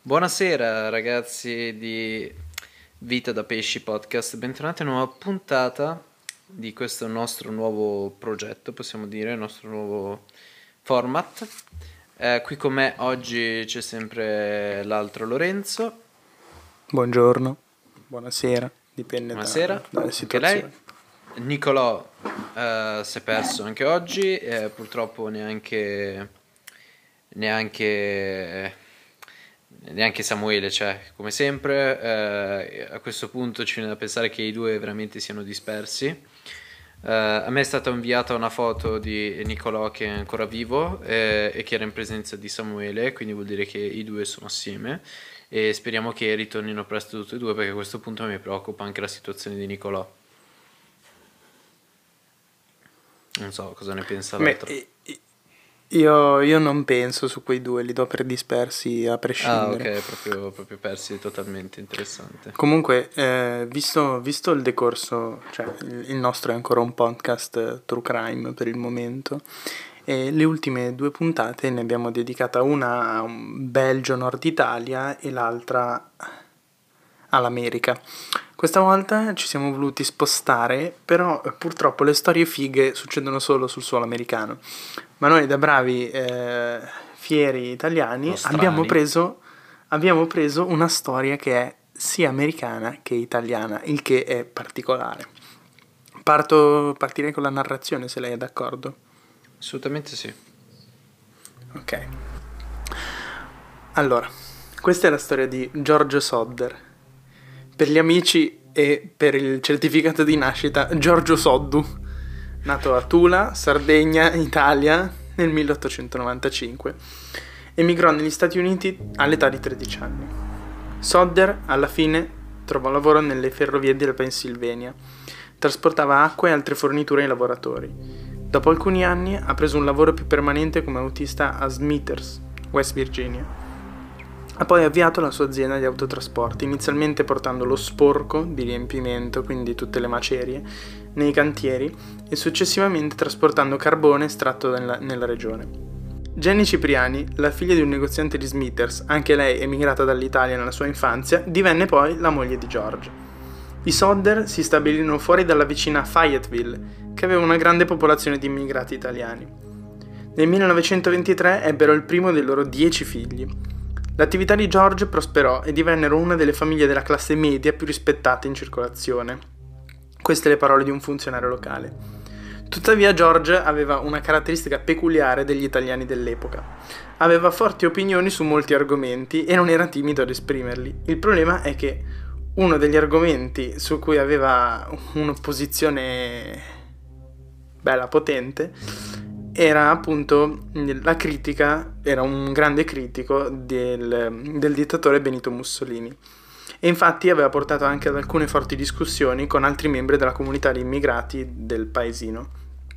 Buonasera ragazzi di Vita da Pesci Podcast, bentornati a una nuova puntata di questo nostro nuovo progetto, possiamo dire, il nostro nuovo format. Qui con me oggi c'è sempre l'altro Lorenzo. Buongiorno, buonasera, dipende Buonasera, dalle anche situazioni. lei. Nicolò si è perso anche oggi, purtroppo neanche Samuele c'è, come sempre. A questo punto ci viene da pensare che i due veramente siano dispersi. A me è stata inviata una foto di Nicolò che è ancora vivo e che era in presenza di Samuele, quindi vuol dire che i due sono assieme e speriamo che ritornino presto tutti e due, perché a questo punto mi preoccupa anche la situazione di Nicolò. Non so cosa ne pensa l'altro. Io non penso su quei due, li do per dispersi a prescindere. Ok, proprio persi totalmente, interessante. Comunque, visto il decorso, cioè il nostro è ancora un podcast true crime per il momento, e le ultime due puntate ne abbiamo dedicata una a un Belgio Nord Italia e l'altra all'America. Questa volta ci siamo voluti spostare, però purtroppo le storie fighe succedono solo sul suolo americano. Ma noi da bravi fieri italiani abbiamo preso una storia che è sia americana che italiana, il che è particolare. Partirei con la narrazione, se lei è d'accordo. Assolutamente sì. Ok. Allora, questa è la storia di Giorgio Sodder. Per gli amici e per il certificato di nascita, Giorgio Soddu, nato a Tula, Sardegna, Italia, nel 1895. Emigrò negli Stati Uniti all'età di 13 anni. Sodder, alla fine, trovò lavoro nelle ferrovie della Pennsylvania. Trasportava acqua e altre forniture ai lavoratori. Dopo alcuni anni ha preso un lavoro più permanente come autista a Smithers, West Virginia. Ha poi avviato la sua azienda di autotrasporti, inizialmente portando lo sporco di riempimento, quindi tutte le macerie, nei cantieri e successivamente trasportando carbone estratto nella regione. Jenny Cipriani, la figlia di un negoziante di Smithers, anche lei emigrata dall'Italia nella sua infanzia, divenne poi la moglie di George. I Sodder si stabilirono fuori dalla vicina Fayetteville, che aveva una grande popolazione di immigrati italiani. Nel 1923 ebbero il primo dei loro 10 figli. L'attività di George prosperò e divennero una delle famiglie della classe media più rispettate in circolazione. Queste le parole di un funzionario locale. Tuttavia George aveva una caratteristica peculiare degli italiani dell'epoca. Aveva forti opinioni su molti argomenti e non era timido ad esprimerli. Il problema è che uno degli argomenti su cui aveva un'opposizione bella potente era appunto la critica, era un grande critico del dittatore Benito Mussolini. E infatti aveva portato anche ad alcune forti discussioni con altri membri della comunità di immigrati del paesino.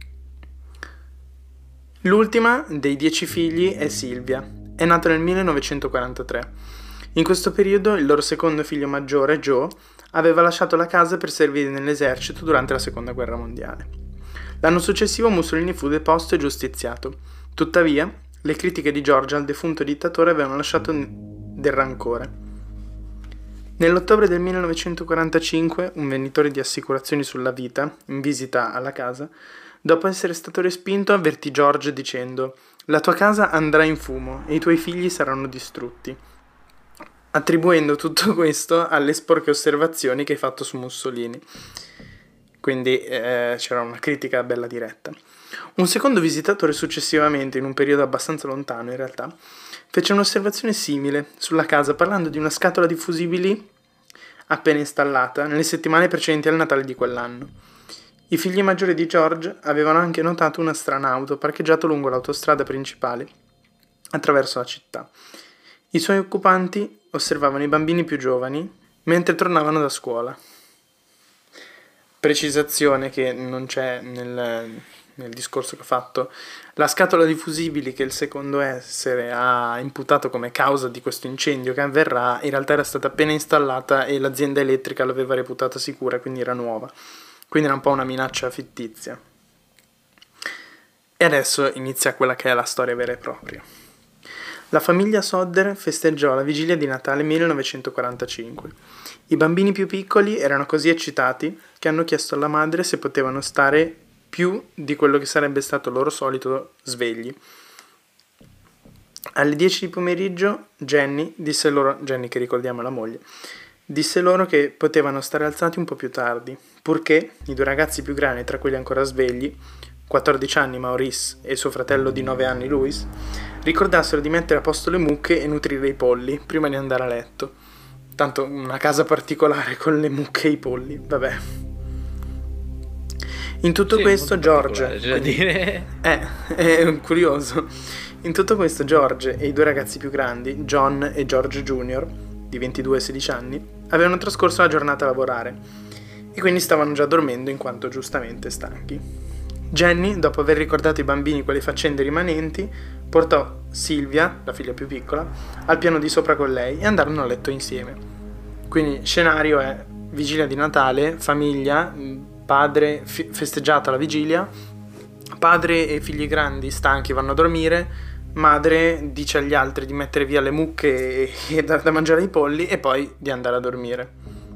L'ultima dei 10 figli è Silvia, è nata nel 1943. In questo periodo il loro secondo figlio maggiore, Joe, aveva lasciato la casa per servire nell'esercito durante la Seconda Guerra Mondiale. L'anno successivo Mussolini fu deposto e giustiziato. Tuttavia, le critiche di Giorgia al defunto dittatore avevano lasciato del rancore. Nell'ottobre del 1945, un venditore di assicurazioni sulla vita, in visita alla casa, dopo essere stato respinto, avvertì George dicendo: «La tua casa andrà in fumo e i tuoi figli saranno distrutti», attribuendo tutto questo alle sporche osservazioni che hai fatto su Mussolini. Quindi c'era una critica bella diretta. Un secondo visitatore successivamente, in un periodo abbastanza lontano in realtà, fece un'osservazione simile sulla casa parlando di una scatola di fusibili appena installata nelle settimane precedenti al Natale di quell'anno. I figli maggiori di George avevano anche notato una strana auto parcheggiata lungo l'autostrada principale attraverso la città. I suoi occupanti osservavano i bambini più giovani mentre tornavano da scuola. Precisazione che non c'è nel discorso che ho fatto: la scatola di fusibili che il secondo essere ha imputato come causa di questo incendio che avverrà in realtà era stata appena installata e l'azienda elettrica l'aveva reputata sicura, quindi era nuova, quindi era un po' una minaccia fittizia. E adesso inizia quella che è la storia vera e propria. La famiglia Sodder festeggiò la vigilia di Natale 1945. I bambini più piccoli erano così eccitati che hanno chiesto alla madre se potevano stare più di quello che sarebbe stato loro solito svegli. Alle 10 di pomeriggio Jenny disse loro, Jenny che ricordiamo è la moglie, disse loro che potevano stare alzati un po' più tardi, purché i due ragazzi più grandi tra quelli ancora svegli, 14 anni Maurice e suo fratello di 9 anni Louis, ricordassero di mettere a posto le mucche e nutrire i polli prima di andare a letto. Tanto una casa particolare con le mucche e i polli, vabbè. In tutto questo George... dire. È curioso. In tutto questo George e i due ragazzi più grandi, John e George Jr., di 22 e 16 anni, avevano trascorso la giornata a lavorare e quindi stavano già dormendo in quanto giustamente stanchi. Jenny, dopo aver ricordato ai bambini quelle faccende rimanenti, portò Sylvia, la figlia più piccola, al piano di sopra con lei e andarono a letto insieme. Quindi scenario è vigilia di Natale, famiglia, padre, festeggiata la vigilia, padre e figli grandi stanchi vanno a dormire, madre dice agli altri di mettere via le mucche e dar da mangiare ai polli e poi di andare a dormire.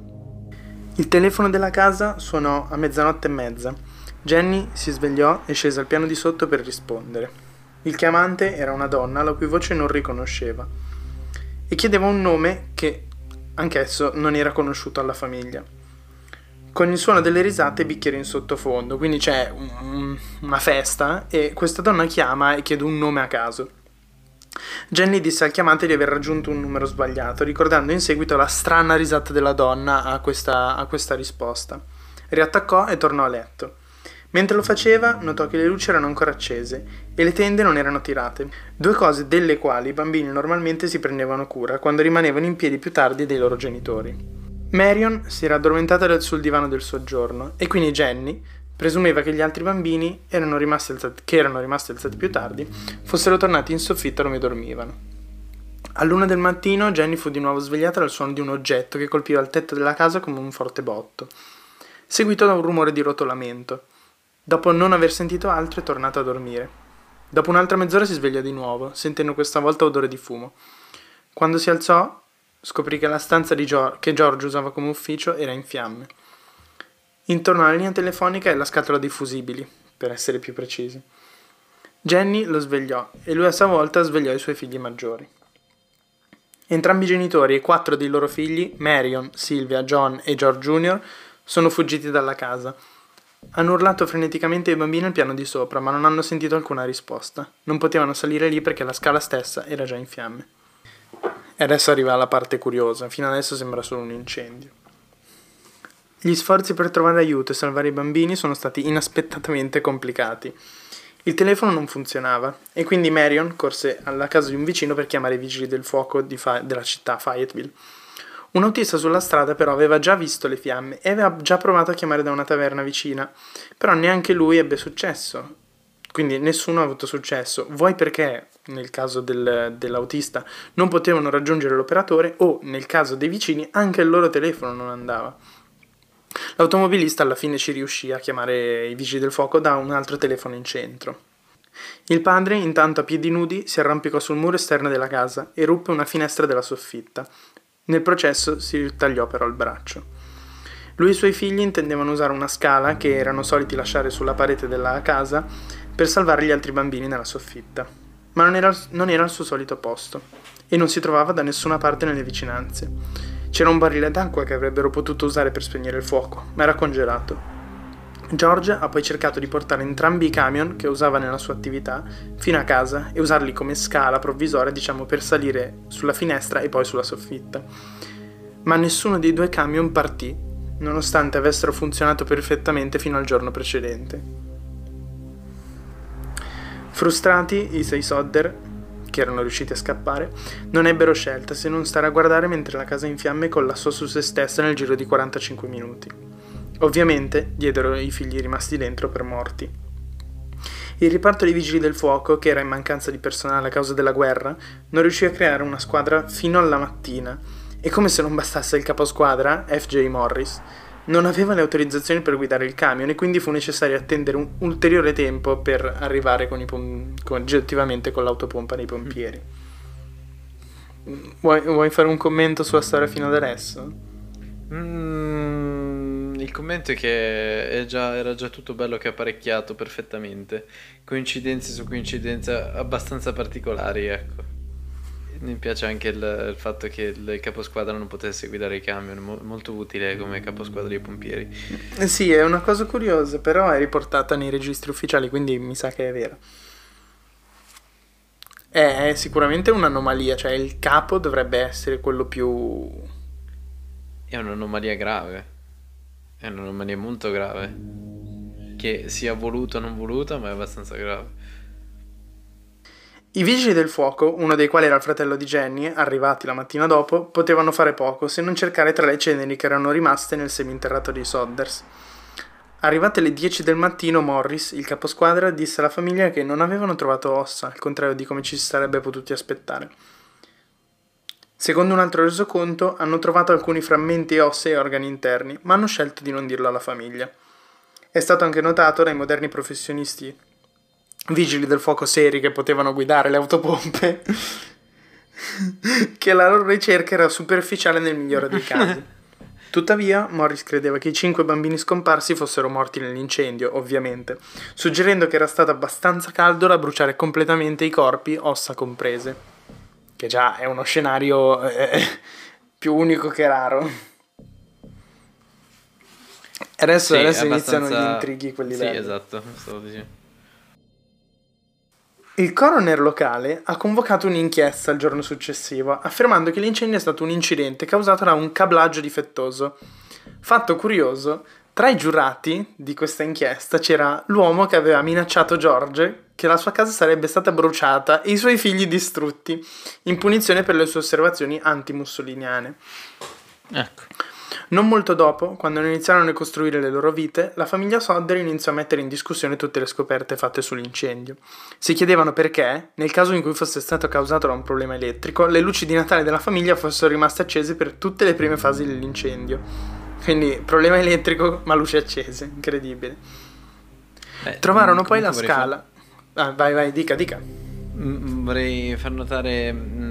Il telefono della casa suonò a 00:30. Jenny si svegliò e scese al piano di sotto per rispondere. Il chiamante era una donna la cui voce non riconosceva e chiedeva un nome che anch'esso non era conosciuto alla famiglia. Con il suono delle risate e bicchieri in sottofondo, quindi c'è una festa e questa donna chiama e chiede un nome a caso. Jenny disse al chiamante di aver raggiunto un numero sbagliato, ricordando in seguito la strana risata della donna a questa risposta. Riattaccò e tornò a letto. Mentre lo faceva, notò che le luci erano ancora accese e le tende non erano tirate, due cose delle quali i bambini normalmente si prendevano cura quando rimanevano in piedi più tardi dei loro genitori. Marion si era addormentata sul divano del soggiorno e quindi Jenny presumeva che gli altri bambini che erano rimasti alzati più tardi fossero tornati in soffitta dove dormivano. All'1 del mattino Jenny fu di nuovo svegliata dal suono di un oggetto che colpiva il tetto della casa come un forte botto, seguito da un rumore di rotolamento. Dopo non aver sentito altro è tornata a dormire. Dopo un'altra mezz'ora si svegliò di nuovo, sentendo questa volta odore di fumo. Quando si alzò, scoprì che la stanza che George usava come ufficio era in fiamme. Intorno alla linea telefonica e la scatola dei fusibili, per essere più precisi. Jenny lo svegliò e lui a sua volta svegliò i suoi figli maggiori. Entrambi i genitori e 4 dei loro figli, Marion, Sylvia, John e George Jr., sono fuggiti dalla casa. Hanno urlato freneticamente ai bambini al piano di sopra, ma non hanno sentito alcuna risposta. Non potevano salire lì perché la scala stessa era già in fiamme. E adesso arriva la parte curiosa, fino adesso sembra solo un incendio. Gli sforzi per trovare aiuto e salvare i bambini sono stati inaspettatamente complicati. Il telefono non funzionava e quindi Marion corse alla casa di un vicino per chiamare i vigili del fuoco della città Fayetteville. Un autista sulla strada però aveva già visto le fiamme e aveva già provato a chiamare da una taverna vicina, però neanche lui ebbe successo. Quindi nessuno ha avuto successo, vuoi perché nel caso dell'autista non potevano raggiungere l'operatore o nel caso dei vicini anche il loro telefono non andava. L'automobilista alla fine ci riuscì a chiamare i vigili del fuoco da un altro telefono in centro. Il padre, intanto a piedi nudi, si arrampicò sul muro esterno della casa e ruppe una finestra della soffitta. Nel processo si tagliò però il braccio. Lui e i suoi figli intendevano usare una scala che erano soliti lasciare sulla parete della casa per salvare gli altri bambini nella soffitta, ma non era il suo solito posto e non si trovava da nessuna parte nelle vicinanze. C'era un barile d'acqua che avrebbero potuto usare per spegnere il fuoco, ma era congelato. George ha poi cercato di portare entrambi i camion che usava nella sua attività fino a casa e usarli come scala provvisoria, per salire sulla finestra e poi sulla soffitta. Ma nessuno dei 2 camion partì, nonostante avessero funzionato perfettamente fino al giorno precedente. Frustrati, i 6 Sodder, che erano riusciti a scappare, non ebbero scelta se non stare a guardare mentre la casa in fiamme collassò su se stessa nel giro di 45 minuti. Ovviamente diedero i figli rimasti dentro per morti. Il reparto dei vigili del fuoco, che era in mancanza di personale a causa della guerra, non riuscì a creare una squadra fino alla mattina e come se non bastasse il caposquadra, F.J. Morris, non aveva le autorizzazioni per guidare il camion e quindi fu necessario attendere un ulteriore tempo per arrivare oggettivamente con l'autopompa dei pompieri. Vuoi fare un commento sulla storia fino ad adesso? Il commento è che era già tutto bello che è apparecchiato perfettamente. Coincidenze su coincidenze abbastanza particolari, ecco. Mi piace anche il fatto che il caposquadra non potesse guidare i camion, molto utile come caposquadra dei pompieri. Sì, è una cosa curiosa, però è riportata nei registri ufficiali, quindi mi sa che è vera. È sicuramente un'anomalia, cioè il capo dovrebbe essere quello più... È un'anomalia grave, è un'anomalia molto grave, che sia voluta o non voluta, ma è abbastanza grave. I vigili del fuoco, uno dei quali era il fratello di Jenny, arrivati la mattina dopo, potevano fare poco se non cercare tra le ceneri che erano rimaste nel seminterrato di Sodders. Arrivate le 10 del mattino, Morris, il caposquadra, disse alla famiglia che non avevano trovato ossa, al contrario di come ci si sarebbe potuti aspettare. Secondo un altro resoconto, hanno trovato alcuni frammenti ossei e organi interni, ma hanno scelto di non dirlo alla famiglia. È stato anche notato dai moderni professionisti vigili del fuoco seri che potevano guidare le autopompe che la loro ricerca era superficiale nel migliore dei casi. Tuttavia, Morris credeva che i 5 bambini scomparsi fossero morti nell'incendio, ovviamente, suggerendo che era stato abbastanza caldo da bruciare completamente i corpi, ossa comprese. Che già è uno scenario più unico che raro. Adesso iniziano gli intrighi, quelli belli. Sì, esatto, stavo dicendo. Il coroner locale ha convocato un'inchiesta il giorno successivo, affermando che l'incendio è stato un incidente causato da un cablaggio difettoso. Fatto curioso, tra i giurati di questa inchiesta c'era l'uomo che aveva minacciato George che la sua casa sarebbe stata bruciata e i suoi figli distrutti, in punizione per le sue osservazioni anti-mussoliniane. Ecco. Non molto dopo, quando iniziarono a ricostruire le loro vite, la famiglia Sodder iniziò a mettere in discussione tutte le scoperte fatte sull'incendio. Si chiedevano perché, nel caso in cui fosse stato causato da un problema elettrico, le luci di Natale della famiglia fossero rimaste accese per tutte le prime fasi dell'incendio. Quindi, problema elettrico, ma luci accese, incredibile. Trovarono poi la scala. Vai, dica. Vorrei far notare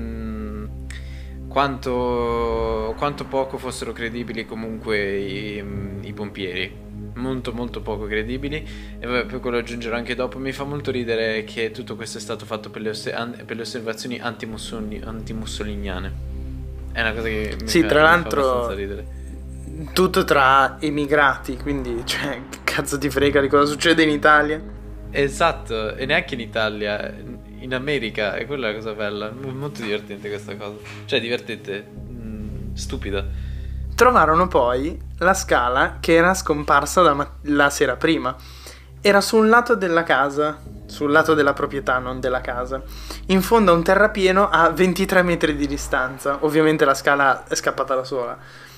quanto poco fossero credibili comunque i pompieri. Molto molto poco credibili. E vabbè, poi quello aggiungerò anche dopo. Mi fa molto ridere che tutto questo è stato fatto per le osservazioni antimussoliniane. È una cosa che mi tra fa l'altro abbastanza ridere. Tutto tra emigrati, quindi cioè che cazzo ti frega di cosa succede in Italia? Esatto, e neanche in Italia, in America, e quella è la cosa bella. Molto divertente questa cosa. Cioè, divertente, stupida. Trovarono poi la scala che era scomparsa la sera prima. Era su un lato della casa, sul lato della proprietà, non della casa, in fondo a un terrapieno a 23 metri di distanza. Ovviamente la scala è scappata da sola.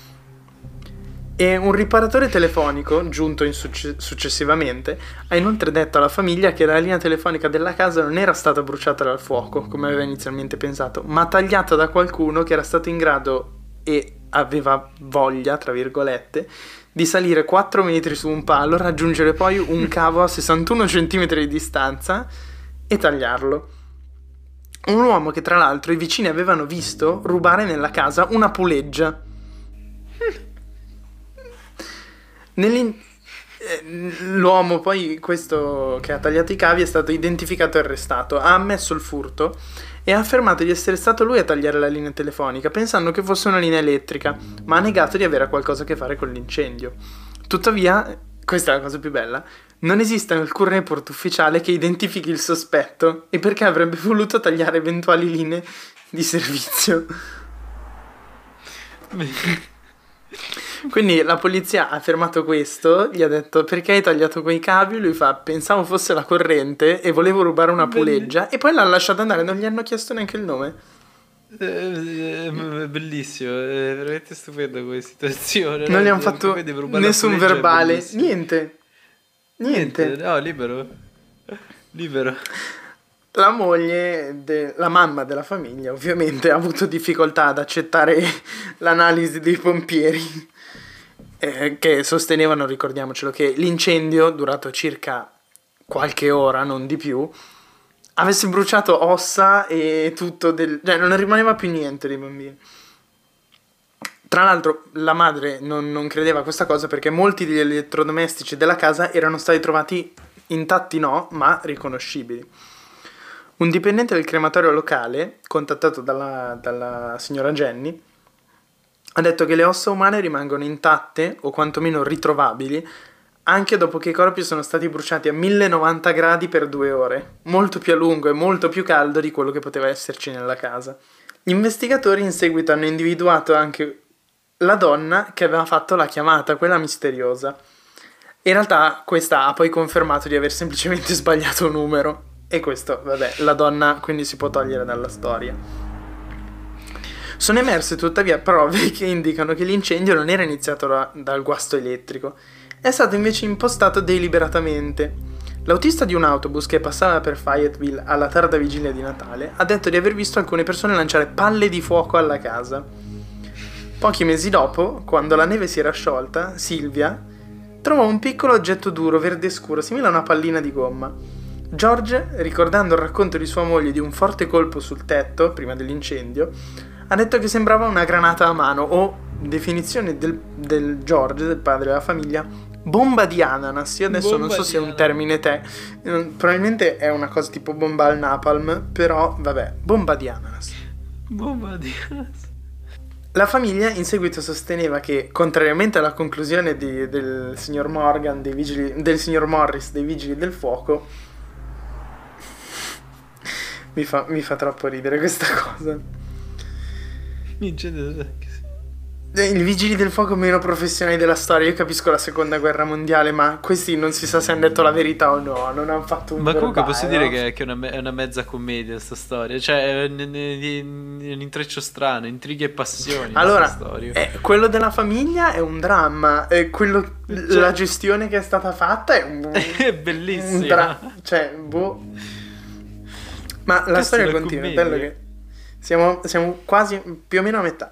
E un riparatore telefonico, giunto successivamente, ha inoltre detto alla famiglia che la linea telefonica della casa non era stata bruciata dal fuoco, come aveva inizialmente pensato, ma tagliata da qualcuno che era stato in grado e aveva voglia, tra virgolette, di salire 4 metri su un palo, raggiungere poi un cavo a 61 centimetri di distanza e tagliarlo. Un uomo che tra l'altro i vicini avevano visto rubare nella casa una puleggia. L'uomo poi, questo che ha tagliato i cavi, è stato identificato e arrestato. Ha ammesso il furto e ha affermato di essere stato lui a tagliare la linea telefonica, pensando che fosse una linea elettrica, ma ha negato di avere qualcosa a che fare con l'incendio. Tuttavia, questa è la cosa più bella, non esiste alcun report ufficiale che identifichi il sospetto e perché avrebbe voluto tagliare eventuali linee di servizio. Quindi la polizia ha fermato questo, gli ha detto perché hai tagliato quei cavi, lui fa pensavo fosse la corrente e volevo rubare una puleggia e poi l'ha lasciato andare, non gli hanno chiesto neanche il nome. Bellissimo, è veramente stupenda come situazione. Non gli hanno fatto nessun verbale, niente. No, libero. La moglie, la mamma della famiglia, ovviamente ha avuto difficoltà ad accettare l'analisi dei pompieri, che sostenevano, ricordiamocelo, che l'incendio, durato circa qualche ora, non di più, avesse bruciato ossa e tutto cioè non rimaneva più niente dei bambini. Tra l'altro la madre non credeva a questa cosa perché molti degli elettrodomestici della casa erano stati trovati intatti no, ma riconoscibili. Un dipendente del crematorio locale, contattato dalla signora Jenny, ha detto che le ossa umane rimangono intatte o quantomeno ritrovabili anche dopo che i corpi sono stati bruciati a 1090 gradi per 2 ore, molto più a lungo e molto più caldo di quello che poteva esserci nella casa. Gli investigatori in seguito hanno individuato anche la donna che aveva fatto la chiamata, quella misteriosa. In realtà questa ha poi confermato di aver semplicemente sbagliato un numero e questo, vabbè, la donna quindi si può togliere dalla storia. Sono emerse tuttavia prove che indicano che l'incendio non era iniziato dal guasto elettrico, è stato invece impostato deliberatamente. L'autista di un autobus che passava per Fayetteville alla tarda vigilia di Natale ha detto di aver visto alcune persone lanciare palle di fuoco alla casa. Pochi mesi dopo, quando la neve si era sciolta, Sylvia trovò un piccolo oggetto duro, verde scuro, simile a una pallina di gomma. George, ricordando il racconto di sua moglie di un forte colpo sul tetto, prima dell'incendio, ha detto che sembrava una granata a mano o, definizione del George, del padre della famiglia, bomba di ananas. Io adesso non so se è un termine probabilmente è una cosa tipo bomba al napalm, però vabbè, bomba di ananas. Bomba di ananas. La famiglia in seguito sosteneva che, contrariamente alla conclusione del signor Morgan, del signor Morris, dei vigili del fuoco, mi fa troppo ridere questa cosa. I vigili del fuoco meno professionali della storia. Io capisco la seconda guerra mondiale, ma questi non si sa se hanno detto la verità o no. Non hanno fatto un Ma comunque verbale, posso no? dire che è una mezza commedia sta storia. Cioè è un intreccio strano, intrighi e passioni. Allora, storia. quello della famiglia è un dramma, la gestione che è stata fatta è è bellissima. Cioè, boh. Ma la storia continua, è bello che siamo quasi più o meno a metà.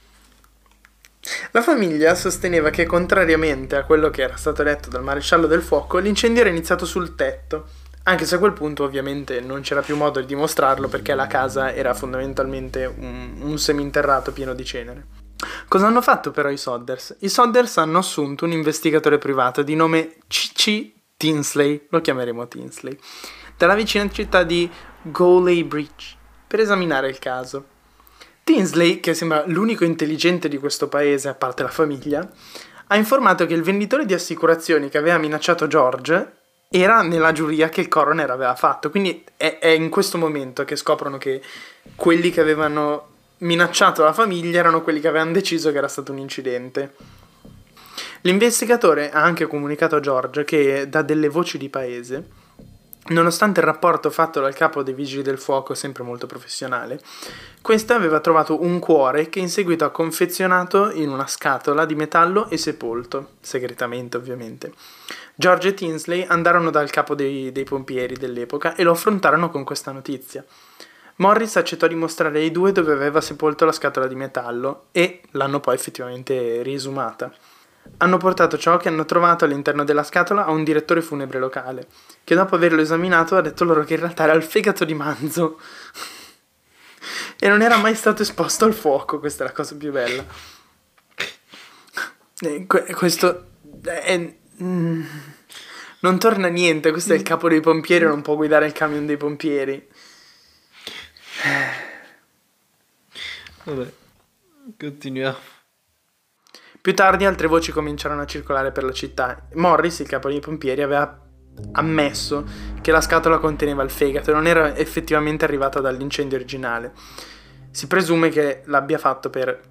La famiglia sosteneva che, contrariamente a quello che era stato detto dal maresciallo del fuoco, l'incendio era iniziato sul tetto, anche se a quel punto ovviamente non c'era più modo di dimostrarlo perché la casa era fondamentalmente un seminterrato pieno di cenere. Cosa hanno fatto però i Sodders? I Sodders hanno assunto un investigatore privato di nome C.C. Tinsley, lo chiameremo Tinsley, dalla vicina città di Gowley Bridge, per esaminare il caso. Tinsley, che sembra l'unico intelligente di questo paese, a parte la famiglia, ha informato che il venditore di assicurazioni che aveva minacciato George era nella giuria che il coroner aveva fatto. Quindi è in questo momento che scoprono che quelli che avevano minacciato la famiglia erano quelli che avevano deciso che era stato un incidente. L'investigatore ha anche comunicato a George che, da delle voci di paese, nonostante il rapporto fatto dal capo dei vigili del fuoco, sempre molto professionale, questo aveva trovato un cuore che in seguito ha confezionato in una scatola di metallo e sepolto, segretamente ovviamente. George e Tinsley andarono dal capo dei pompieri dell'epoca e lo affrontarono con questa notizia. Morris accettò di mostrare ai due dove aveva sepolto la scatola di metallo e l'hanno poi effettivamente riesumata. Hanno portato ciò che hanno trovato all'interno della scatola a un direttore funebre locale, che dopo averlo esaminato ha detto loro che in realtà era il fegato di manzo e non era mai stato esposto al fuoco. Questa è la cosa più bella. Questo è... non torna niente. Questo è il capo dei pompieri, non può guidare il camion dei pompieri. Vabbè, continuiamo. Più tardi altre voci cominciarono a circolare per la città. Morris, il capo dei pompieri, aveva ammesso che la scatola conteneva il fegato e non era effettivamente arrivata dall'incendio originale. Si presume che l'abbia fatto per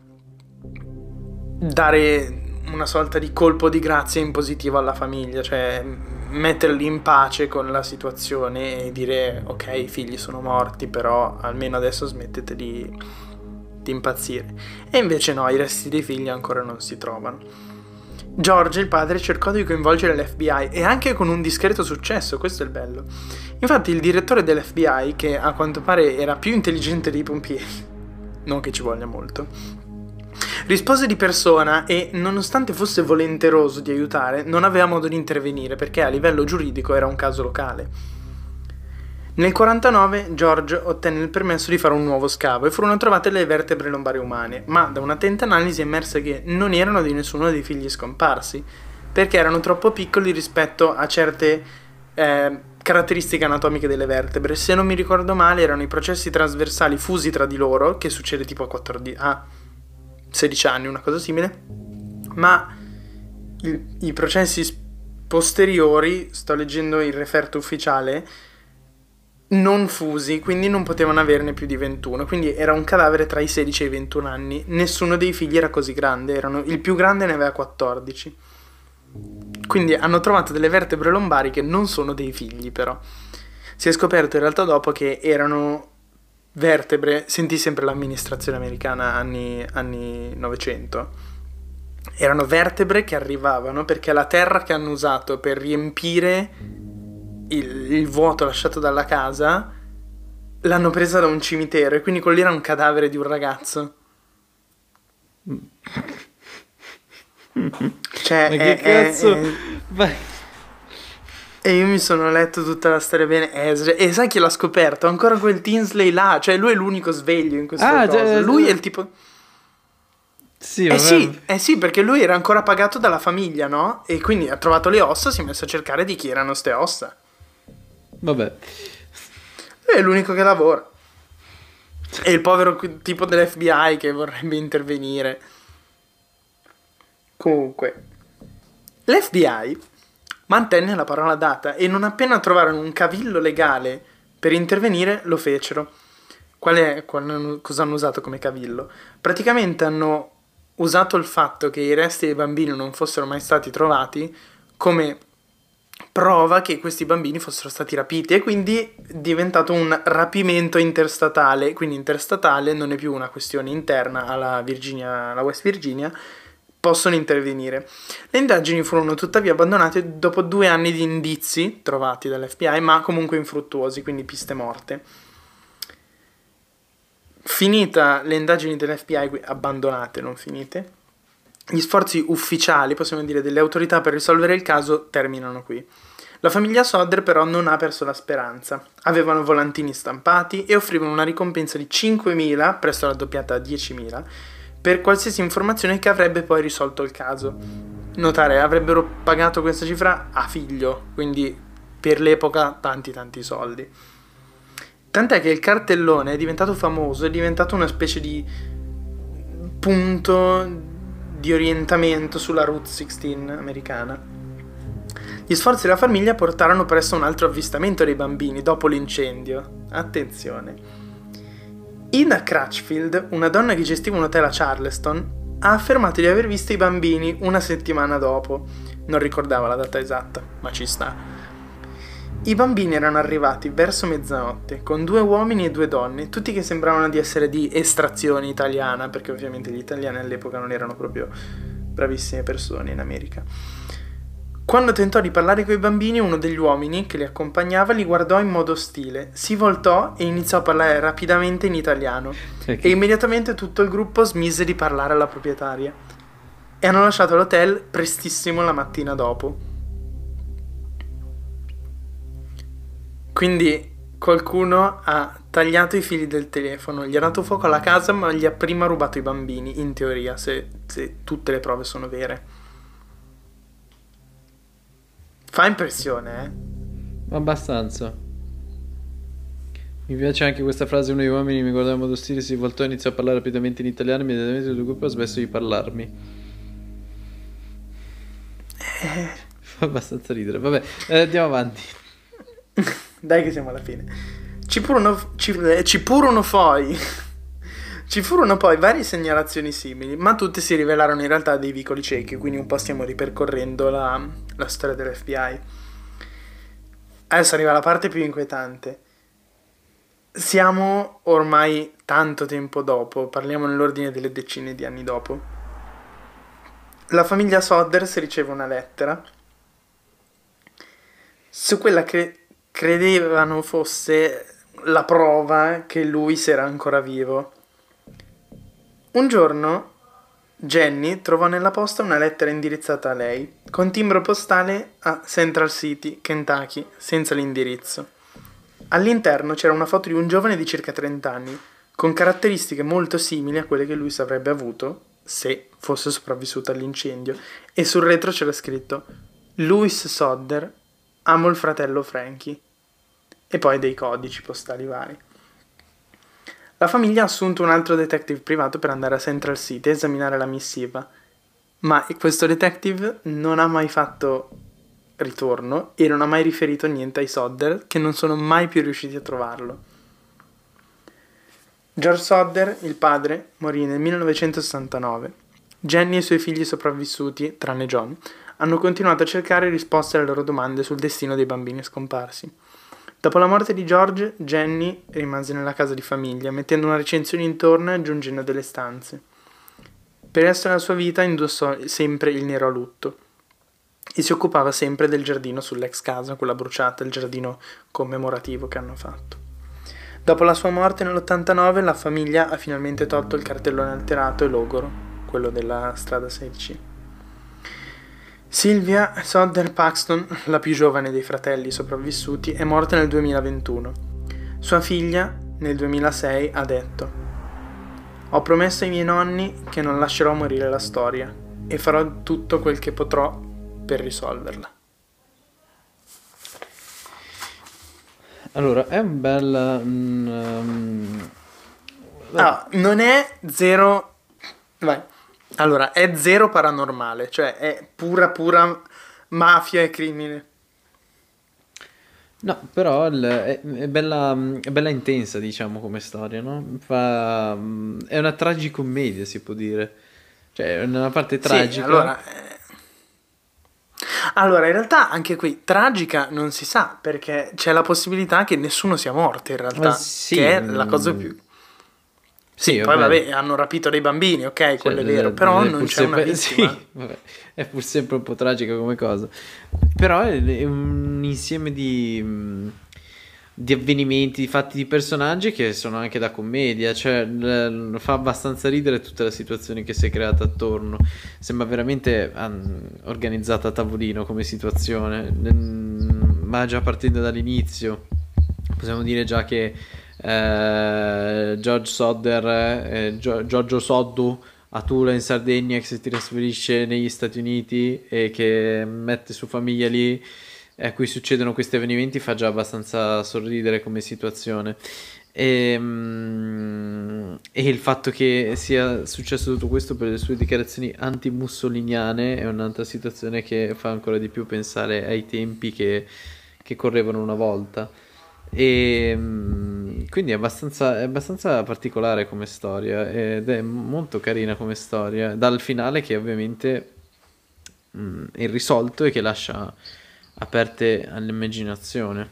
dare una sorta di colpo di grazia in positivo alla famiglia, cioè metterli in pace con la situazione e dire ok, i figli sono morti, però almeno adesso smettete di impazzire. E invece no, i resti dei figli ancora non si trovano. George, il padre, cercò di coinvolgere l'FBI e anche con un discreto successo, questo è il bello. Infatti il direttore dell'FBI, che a quanto pare era più intelligente dei pompieri, non che ci voglia molto, rispose di persona e, nonostante fosse volenteroso di aiutare, non aveva modo di intervenire perché a livello giuridico era un caso locale. Nel 49 George ottenne il permesso di fare un nuovo scavo e furono trovate le vertebre lombari umane, ma da un'attenta analisi emerse che non erano di nessuno dei figli scomparsi, perché erano troppo piccoli rispetto a certe caratteristiche anatomiche delle vertebre. Se non mi ricordo male, erano i processi trasversali fusi tra di loro, che succede tipo a 16 anni, una cosa simile, ma i processi posteriori, sto leggendo il referto ufficiale, non fusi, quindi non potevano averne più di 21, quindi era un cadavere tra i 16 e i 21 anni. Nessuno dei figli era così grande, il più grande ne aveva 14. Quindi hanno trovato delle vertebre lombari che non sono dei figli, però. Si è scoperto in realtà dopo che erano vertebre, sentì sempre l'amministrazione americana anni 900, erano vertebre che arrivavano perché la terra che hanno usato per riempire il vuoto lasciato dalla casa l'hanno presa da un cimitero e quindi quello lì era un cadavere di un ragazzo. Cioè, Ma che cazzo? Vai. E io mi sono letto tutta la storia bene. E sai chi l'ha scoperto? Ancora quel Tinsley là. Cioè, lui è l'unico sveglio in questo caso. Lui è il tipo. Sì, sì, perché lui era ancora pagato dalla famiglia, no? E quindi ha trovato le ossa, si è messo a cercare di chi erano ste ossa. Vabbè. Lui è l'unico che lavora. E il povero tipo dell'FBI che vorrebbe intervenire. Comunque, l'FBI mantenne la parola data e non appena trovarono un cavillo legale per intervenire lo fecero. Cosa hanno usato come cavillo? Praticamente hanno usato il fatto che i resti dei bambini non fossero mai stati trovati come prova che questi bambini fossero stati rapiti, e quindi è diventato un rapimento interstatale. Quindi interstatale non è più una questione interna alla West Virginia, possono intervenire. Le indagini furono tuttavia abbandonate dopo 2 anni di indizi trovati dall'FBI, ma comunque infruttuosi, quindi piste morte. Finita le indagini dell'FBI, abbandonate, non finite, gli sforzi ufficiali, possiamo dire, delle autorità per risolvere il caso terminano qui. La famiglia Sodder però non ha perso la speranza. Avevano volantini stampati e offrivano una ricompensa di 5.000, presto raddoppiata a 10.000, per qualsiasi informazione che avrebbe poi risolto il caso. Notare, avrebbero pagato questa cifra a figlio, quindi per l'epoca tanti soldi. Tant'è che il cartellone è diventato famoso, è diventato una specie di punto di orientamento sulla Route 16 americana. Gli sforzi della famiglia portarono presto a un altro avvistamento dei bambini dopo l'incendio. Attenzione. Ida Crutchfield, una donna che gestiva un hotel a Charleston, ha affermato di aver visto i bambini una settimana dopo. Non ricordava la data esatta, ma ci sta. I bambini erano arrivati verso mezzanotte, con 2 uomini e 2 donne, tutti che sembravano di essere di estrazione italiana, perché ovviamente gli italiani all'epoca non erano proprio bravissime persone in America. Quando tentò di parlare coi bambini, uno degli uomini che li accompagnava li guardò in modo ostile, si voltò e iniziò a parlare rapidamente in italiano, e immediatamente tutto il gruppo smise di parlare alla proprietaria, e hanno lasciato l'hotel prestissimo la mattina dopo. Quindi qualcuno ha tagliato i fili del telefono, gli ha dato fuoco alla casa, ma gli ha prima rubato i bambini, in teoria, se tutte le prove sono vere. Fa impressione, eh? Abbastanza. Mi piace anche questa frase: uno degli uomini mi guardò in modo ostile, si voltò e iniziò a parlare rapidamente in italiano, immediatamente tutto il gruppo ha smesso di parlarmi. Fa abbastanza ridere. Vabbè, andiamo avanti. Dai che siamo alla fine. Ci furono poi varie segnalazioni simili, ma tutte si rivelarono in realtà dei vicoli ciechi, quindi un po' stiamo ripercorrendo la storia dell'FBI. Adesso arriva la parte più inquietante. Siamo ormai tanto tempo dopo, parliamo nell'ordine delle decine di anni dopo. La famiglia Sodders riceve una lettera su quella che credevano fosse la prova che lui era ancora vivo. Un giorno Jenny trovò nella posta una lettera indirizzata a lei, con timbro postale a Central City, Kentucky, senza l'indirizzo. All'interno c'era una foto di un giovane di circa 30 anni, con caratteristiche molto simili a quelle che lui avrebbe avuto se fosse sopravvissuto all'incendio, e sul retro c'era scritto Louis Sodder, amo il fratello Frankie, e poi dei codici postali vari. La famiglia ha assunto un altro detective privato per andare a Central City e esaminare la missiva, ma questo detective non ha mai fatto ritorno e non ha mai riferito niente ai Sodder, che non sono mai più riusciti a trovarlo. George Sodder, il padre, morì nel 1969. Jenny e i suoi figli sopravvissuti, tranne John, hanno continuato a cercare risposte alle loro domande sul destino dei bambini scomparsi. Dopo la morte di George, Jenny rimase nella casa di famiglia, mettendo una recensione intorno e aggiungendo delle stanze. Per il resto della sua vita indossò sempre il nero a lutto e si occupava sempre del giardino sull'ex casa, quella bruciata, il giardino commemorativo che hanno fatto. Dopo la sua morte nell'89 la famiglia ha finalmente tolto il cartellone alterato e logoro, quello della strada 16C. Sylvia Sodder Paxton, la più giovane dei fratelli sopravvissuti, è morta nel 2021. Sua figlia, nel 2006, ha detto: «Ho promesso ai miei nonni che non lascerò morire la storia e farò tutto quel che potrò per risolverla». Allora, è un bel... non è zero... Vai. Allora, è zero paranormale, cioè è pura mafia e crimine. No, però è bella intensa, diciamo, come storia, no? È una tragicommedia, si può dire. Cioè, è una parte tragica. Sì, allora, in realtà anche qui tragica non si sa, perché c'è la possibilità che nessuno sia morto in realtà, sì, che è la cosa più... Sì, poi vabbè, hanno rapito dei bambini, ok, cioè, quello è vero, però non c'è una vittima. Sì, vabbè, è pur sempre un po' tragica come cosa. Però è un insieme di avvenimenti, di fatti, di personaggi che sono anche da commedia, cioè fa abbastanza ridere tutta la situazione che si è creata attorno. Sembra veramente organizzata a tavolino come situazione, ma già partendo dall'inizio possiamo dire già che George Sodder, Giorgio Soddu a Tula in Sardegna, che si trasferisce negli Stati Uniti e che mette su famiglia lì, a cui succedono questi avvenimenti, fa già abbastanza sorridere come situazione. E il fatto che sia successo tutto questo per le sue dichiarazioni anti-mussoliniane è un'altra situazione che fa ancora di più pensare ai tempi che correvano una volta. E quindi è abbastanza particolare come storia ed è molto carina come storia, dal finale che ovviamente è irrisolto e che lascia aperte all'immaginazione.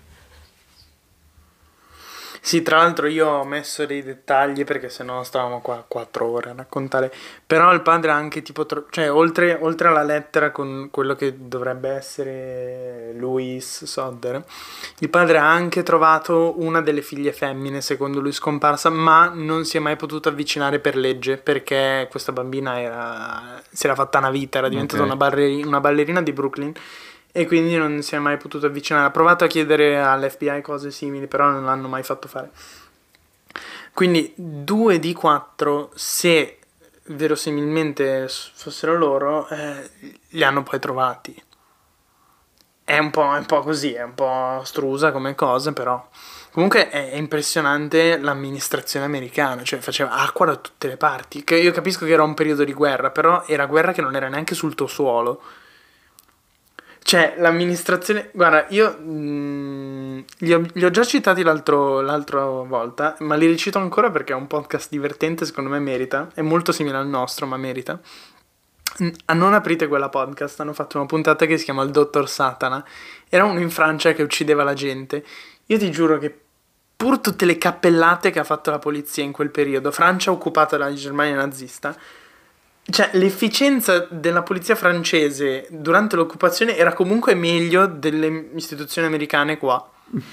Sì, tra l'altro io ho messo dei dettagli perché sennò stavamo qua 4 ore a raccontare. Però il padre ha anche tipo, cioè oltre alla lettera con quello che dovrebbe essere Louis Sodder, il padre ha anche trovato una delle figlie femmine, secondo lui scomparsa, ma non si è mai potuto avvicinare per legge perché questa bambina si era fatta una vita, era diventata una ballerina di Brooklyn. E quindi non si è mai potuto avvicinare. Ha provato a chiedere all'FBI cose simili, però non l'hanno mai fatto fare. Quindi 2 di 4, se verosimilmente fossero loro, li hanno poi trovati. È un po' così, è un po' strusa come cosa, però comunque è impressionante l'amministrazione americana, cioè faceva acqua da tutte le parti. Che io capisco che era un periodo di guerra, però era guerra che non era neanche sul tuo suolo. Cioè, l'amministrazione... Guarda, io li ho già citati l'altra volta, ma li ricito ancora perché è un podcast divertente, secondo me merita. È molto simile al nostro, ma merita. A Non aprite quella podcast, hanno fatto una puntata che si chiama Il Dottor Satana. Era uno in Francia che uccideva la gente. Io ti giuro che pur tutte le cappellate che ha fatto la polizia in quel periodo, Francia occupata dalla Germania nazista... Cioè, l'efficienza della polizia francese durante l'occupazione era comunque meglio delle istituzioni americane qua.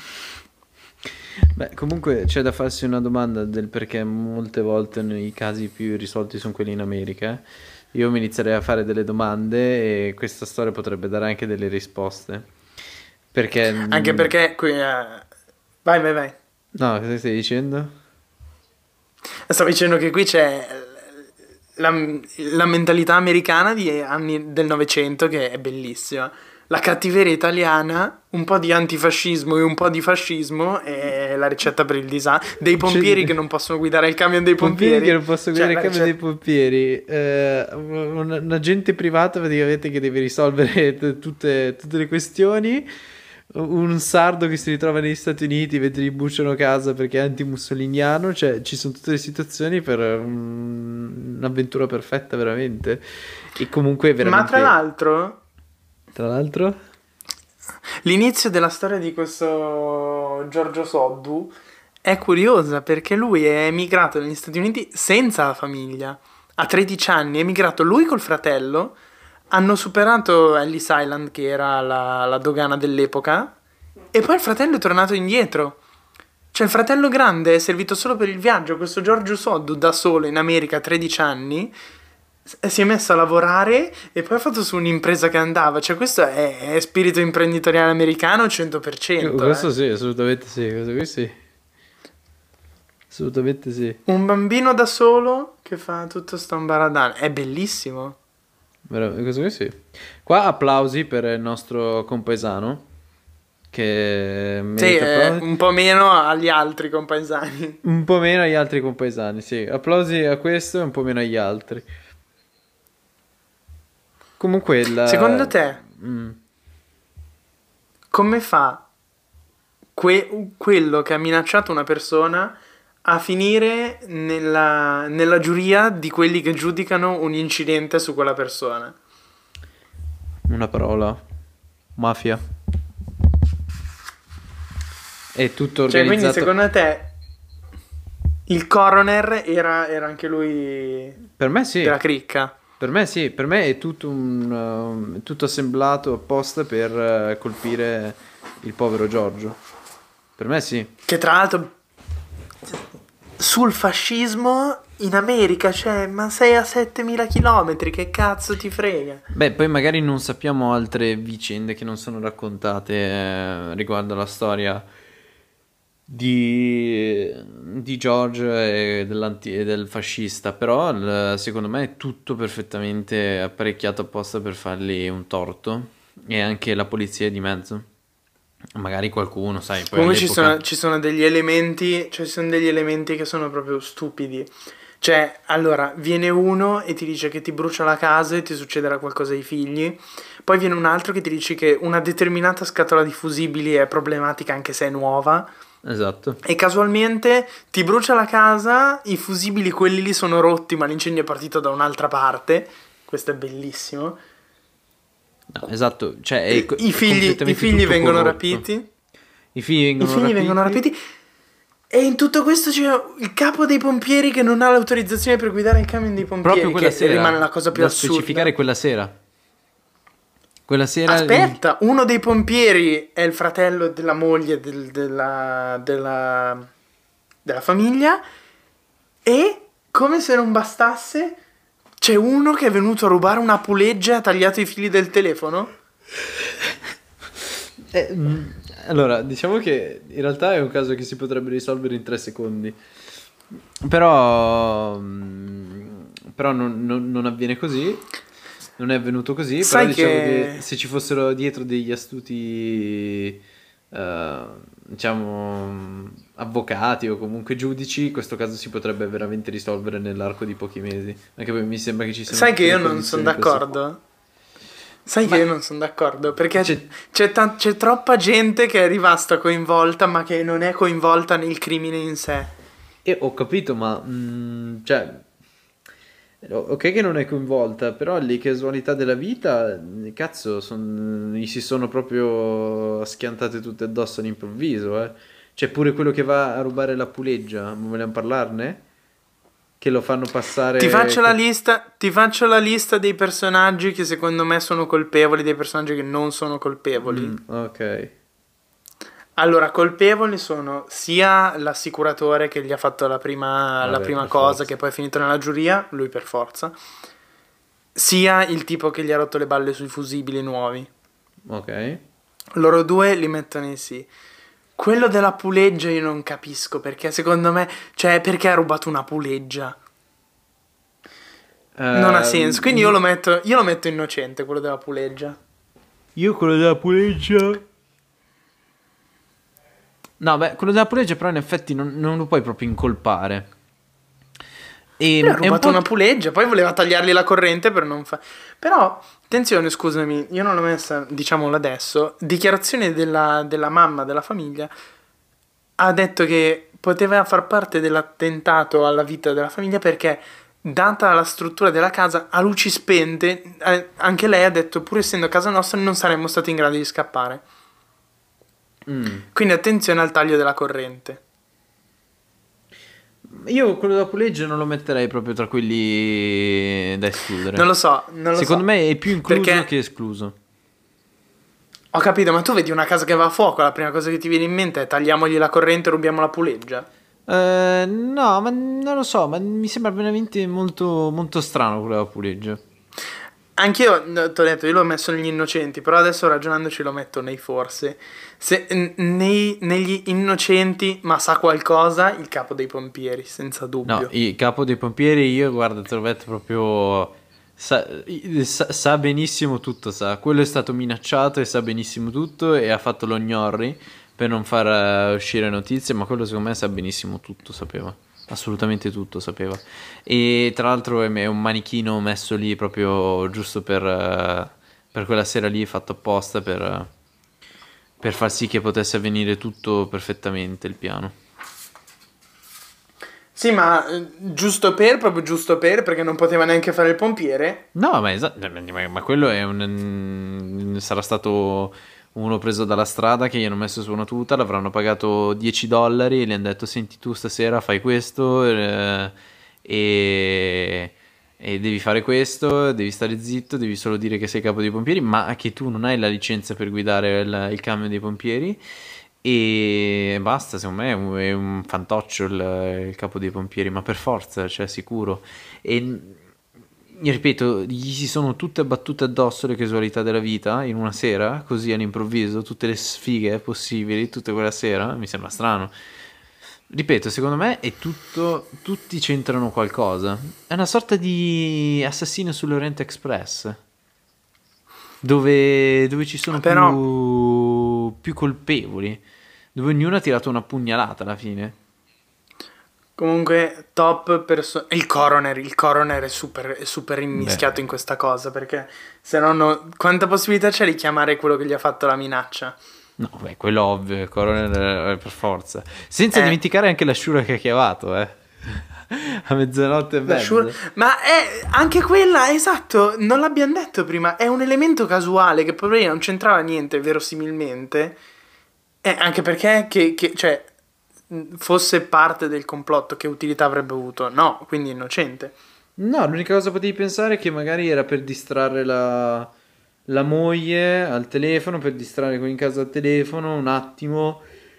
Beh, comunque c'è da farsi una domanda del perché molte volte i casi più risolti sono quelli in America. Io mi inizierei a fare delle domande e questa storia potrebbe dare anche delle risposte. Perché... Anche perché qui Vai, vai, vai. No, cosa stai dicendo? Stavo dicendo che qui c'è la, la mentalità americana di anni del Novecento che è bellissima. La cattiveria italiana, un po' di antifascismo e un po' di fascismo è la ricetta per il disastro. Dei pompieri che non possono guidare il camion dei Pompieri pompieri. che non possono Cioè, guidare il camion dei pompieri, un agente privato praticamente che deve risolvere tutte le questioni, un sardo che si ritrova negli Stati Uniti mentre gli bucciano casa perché è antimussoliniano, cioè ci sono tutte le situazioni per un'avventura perfetta veramente. E comunque veramente... Ma tra l'altro, Tra l'altro... l'inizio della storia di questo Giorgio Soddu è curiosa perché lui è emigrato negli Stati Uniti senza la famiglia. A 13 anni è emigrato lui col fratello, hanno superato Ellis Island che era la dogana dell'epoca e poi il fratello è tornato indietro. Cioè il fratello grande è servito solo per il viaggio, questo Giorgio Soddu da solo in America a 13 anni si è messo a lavorare e poi ha fatto su un'impresa che andava. Cioè questo è spirito imprenditoriale americano 100%. Questo sì, assolutamente sì, questo qui sì. Assolutamente sì. Un bambino da solo che fa tutto sto ambaradano. È bellissimo. Questo qui sì. Qua applausi per il nostro compaesano che Sì, merita applausi. un po' meno agli altri compaesani. Un po' meno agli altri compaesani, sì. Applausi a questo e un po' meno agli altri. Comunque Secondo te, Mm. come fa quello che ha minacciato una persona a finire nella giuria di quelli che giudicano un incidente su quella persona? Una parola. Mafia. È tutto Cioè, quindi organizzato. secondo te il coroner era anche lui Per me sì. della cricca? Per me sì, per me è tutto tutto assemblato apposta per colpire il povero Giorgio. Per me sì. Che tra l'altro sul fascismo in America, cioè, ma sei a 7000 chilometri, che cazzo ti frega? Beh, poi magari non sappiamo altre vicende che non sono raccontate riguardo alla storia di George e del fascista, però secondo me è tutto perfettamente apparecchiato apposta per fargli un torto e anche la polizia è di mezzo. Magari qualcuno, sai, poi Comunque all'epoca... ci sono degli elementi, cioè ci sono degli elementi che sono proprio stupidi. Cioè, allora, viene uno e ti dice che ti brucia la casa e ti succederà qualcosa ai figli. Poi viene un altro che ti dice che una determinata scatola di fusibili è problematica anche se è nuova. Esatto. E casualmente ti brucia la casa, i fusibili quelli lì sono rotti, ma l'incendio è partito da un'altra parte. Questo è bellissimo. No, esatto, cioè è I è figli, i completamente figli tutto vengono corrotto. rapiti. I figli I figli vengono rapiti. E in tutto questo c'è il capo dei pompieri che non ha l'autorizzazione per guidare il camion dei pompieri. Proprio quella Che sera. rimane la cosa più da assurda. specificare quella sera. Quella sera... Aspetta, uno dei pompieri è il fratello della moglie della famiglia. E come se non bastasse, c'è uno che è venuto a rubare una puleggia e ha tagliato i fili del telefono. Allora, diciamo che in realtà è un caso che si potrebbe risolvere in 3 secondi. Però non avviene così. Non è avvenuto così. Sai Però diciamo che- che se ci fossero dietro degli astuti, diciamo, avvocati o comunque giudici, questo caso si potrebbe veramente risolvere nell'arco di pochi mesi. Anche perché mi sembra che ci siano Sai che tutte io le non sono condizioni così. d'accordo? Sai che io non sono d'accordo perché C'è- c'è troppa gente che è rimasta coinvolta ma che non è coinvolta nel crimine in sé. E ho capito, ma cioè, ok che non è coinvolta, però le casualità della vita, cazzo, gli si sono proprio schiantate tutte addosso all'improvviso, eh. C'è pure quello che va a rubare la puleggia, ma vogliamo parlarne? Che lo fanno passare... Ti faccio la lista dei personaggi che secondo me sono colpevoli, dei personaggi che non sono colpevoli. Ok. Allora, colpevoli sono sia l'assicuratore che gli ha fatto la prima Vabbè, per cosa, forza. che poi è finito nella giuria, lui per forza, sia il tipo che gli ha rotto le balle sui fusibili nuovi. Ok. Loro due li mettono in sì. Quello della puleggia io non capisco perché secondo me, cioè perché ha rubato una puleggia? Non ha senso, quindi io lo metto innocente quello della puleggia. Io quello della puleggia. No, beh, quello della puleggia però in effetti non lo puoi proprio incolpare. Lui ha È un rubato po'. una puleggia, poi voleva tagliargli la corrente per non fare... Però, attenzione, scusami, io non l'ho messa, diciamolo adesso, dichiarazione della mamma, della famiglia, ha detto che poteva far parte dell'attentato alla vita della famiglia perché, data la struttura della casa, a luci spente, anche lei ha detto, pur essendo casa nostra, non saremmo stati in grado di scappare. Mm. Quindi attenzione al taglio della corrente. Io quello della puleggia non lo metterei proprio tra quelli da escludere. Non lo so, non lo Secondo so. me è più incluso Perché che escluso. ho capito, ma tu vedi una casa che va a fuoco, la prima cosa che ti viene in mente è tagliamogli la corrente e rubiamo la puleggia? No, ma non lo so, ma mi sembra veramente molto, molto strano quello della puleggia. Anch'io, ti ho detto, io l'ho messo negli innocenti, però adesso ragionandoci lo metto nei forse. Negli innocenti, ma sa qualcosa, il capo dei pompieri, senza No, dubbio. il capo dei pompieri, io guarda, te lo metto proprio. Sa benissimo tutto, sa. Quello è stato minacciato e sa benissimo tutto e ha fatto lo gnorri per non far uscire notizie, ma quello secondo me sa benissimo tutto, sapeva. Assolutamente tutto sapeva. E tra l'altro è un manichino messo lì proprio giusto per quella sera lì, fatto apposta per far sì che potesse avvenire tutto perfettamente il piano. Sì, ma proprio giusto perché non poteva neanche fare il pompiere. No, ma quello è sarà stato uno preso dalla strada che gli hanno messo su una tuta, l'avranno pagato $10 e gli hanno detto: senti, tu stasera fai questo e devi fare questo, devi stare zitto, devi solo dire che sei capo dei pompieri, ma che tu non hai la licenza per guidare il camion dei pompieri. E basta, secondo me è un fantoccio il capo dei pompieri, ma per forza, cioè sicuro. E io ripeto, gli si sono tutte abbattute addosso le casualità della vita in una sera, così all'improvviso, tutte le sfighe possibili, tutte quella sera, mi sembra strano. Ripeto, secondo me è tutto, tutti c'entrano qualcosa. È una sorta di assassino sull'Orient Express, dove ci sono Però, più colpevoli, dove ognuno ha tirato una pugnalata alla fine. comunque, il coroner è super immischiato Beh, in questa cosa, perché se no, quanta possibilità c'è di chiamare quello che gli ha fatto la minaccia? no, beh, quello ovvio, il coroner per forza. Senza Eh, dimenticare anche la Shura che ha chiamato, a mezzanotte e mezza. Ma è anche quella, esatto, non l'abbiamo detto prima, è un elemento casuale che poi non c'entrava niente, verosimilmente. Anche perché cioè, fosse parte del complotto, che utilità avrebbe avuto? No, quindi innocente. No, l'unica cosa potevi pensare è che magari era per distrarre la moglie al telefono, per distrarre quelli in casa al telefono un attimo,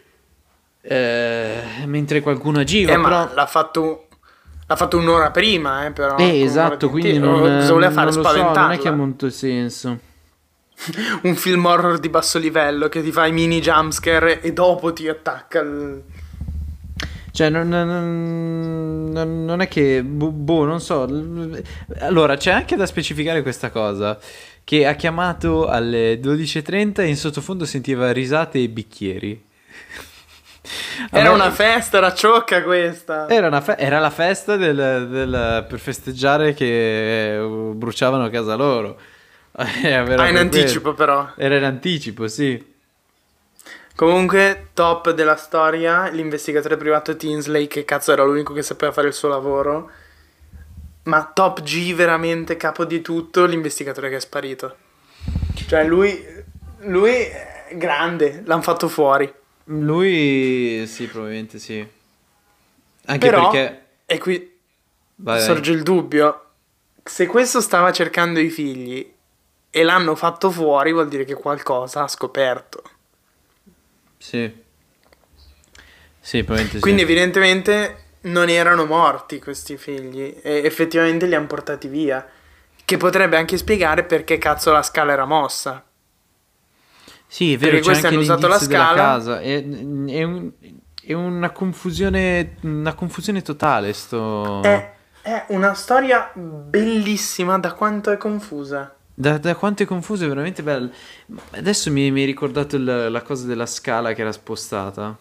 mentre qualcuno agiva, Ma però. l'ha fatto un'ora prima, però, con un'ora di Esatto, quindi anticipo. Cosa voleva fare? non lo so, non è che ha Spaventarla? molto senso. Un film horror di basso livello che ti fa i mini jumpscare e dopo ti attacca Cioè, non è che. Boh, non so. Allora, c'è anche da specificare questa cosa. Che ha chiamato alle 12:30 e in sottofondo sentiva risate e bicchieri. A Era me- una festa, era ciocca questa. era la festa per festeggiare che bruciavano a casa loro. Era In per anticipo quello. però. Era in anticipo, sì. Comunque, top della storia, l'investigatore privato Tinsley, che cazzo era l'unico che sapeva fare il suo lavoro. Ma top G, veramente capo di tutto, l'investigatore che è sparito. Cioè, lui è grande, l'hanno fatto fuori. Lui, sì, probabilmente sì. Anche Però, perché. e qui Vai, vai. sorge il dubbio, se questo stava cercando i figli e l'hanno fatto fuori, vuol dire che qualcosa ha scoperto. Sì. Sì, probabilmente Quindi sì. evidentemente non erano morti questi figli e effettivamente li hanno portati via. Che potrebbe anche spiegare perché cazzo la scala era mossa. Sì, è vero, Perché c'è questi anche hanno usato la l'indizio della scala. casa. È una confusione totale, sto... È una storia bellissima da quanto è confusa. Da quanto è confuso, è veramente bello. Adesso mi hai ricordato la cosa della scala che era spostata.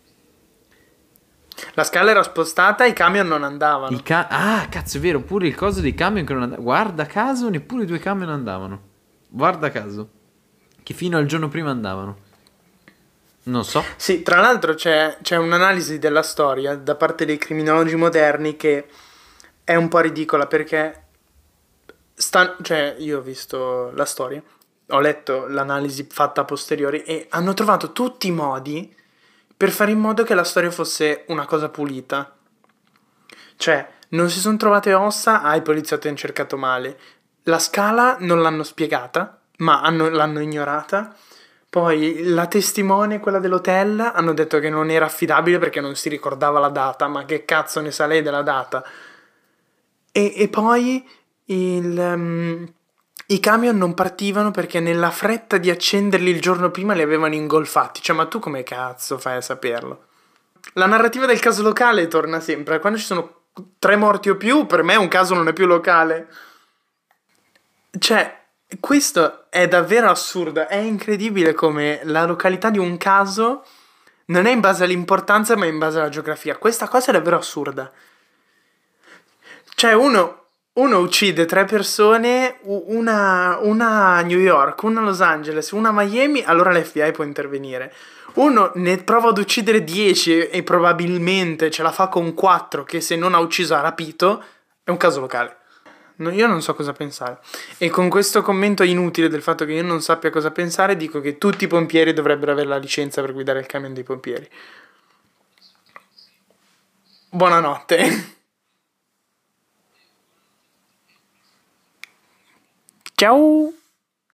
La scala era spostata e i camion non andavano. Ah, cazzo, è vero, pure il coso dei camion che non andavano. Guarda caso, neppure i due camion andavano. Guarda caso. Che fino al giorno prima andavano. Non so. Sì, tra l'altro c'è un'analisi della storia da parte dei criminologi moderni che è un po' ridicola perché cioè, io ho visto la storia, ho letto l'analisi fatta a posteriori e hanno trovato tutti i modi per fare in modo che la storia fosse una cosa pulita. Cioè, non si sono trovate ossa, i poliziotti hanno cercato male. La scala non l'hanno spiegata, ma l'hanno ignorata. Poi la testimone, quella dell'hotel, hanno detto che non era affidabile perché non si ricordava la data, ma che cazzo ne sa lei della data? E poi i camion non partivano perché nella fretta di accenderli il giorno prima li avevano ingolfati. Cioè, ma tu come cazzo fai a saperlo? La narrativa del caso locale torna sempre. Quando ci sono 3 morti o più, per me un caso non è più locale. Cioè, questo è davvero assurdo. È incredibile come la località di un caso non è in base all'importanza, ma in base alla geografia. Questa cosa è davvero assurda. Cioè, uno uccide 3 persone, una a New York, una a Los Angeles, una a Miami, allora l'FBI può intervenire. Uno ne prova ad uccidere 10 e probabilmente ce la fa con 4 che se non ha ucciso ha rapito, è un caso locale. Io non so cosa pensare. E con questo commento inutile del fatto che io non sappia cosa pensare, dico che tutti i pompieri dovrebbero avere la licenza per guidare il camion dei pompieri. Buonanotte. Ciao.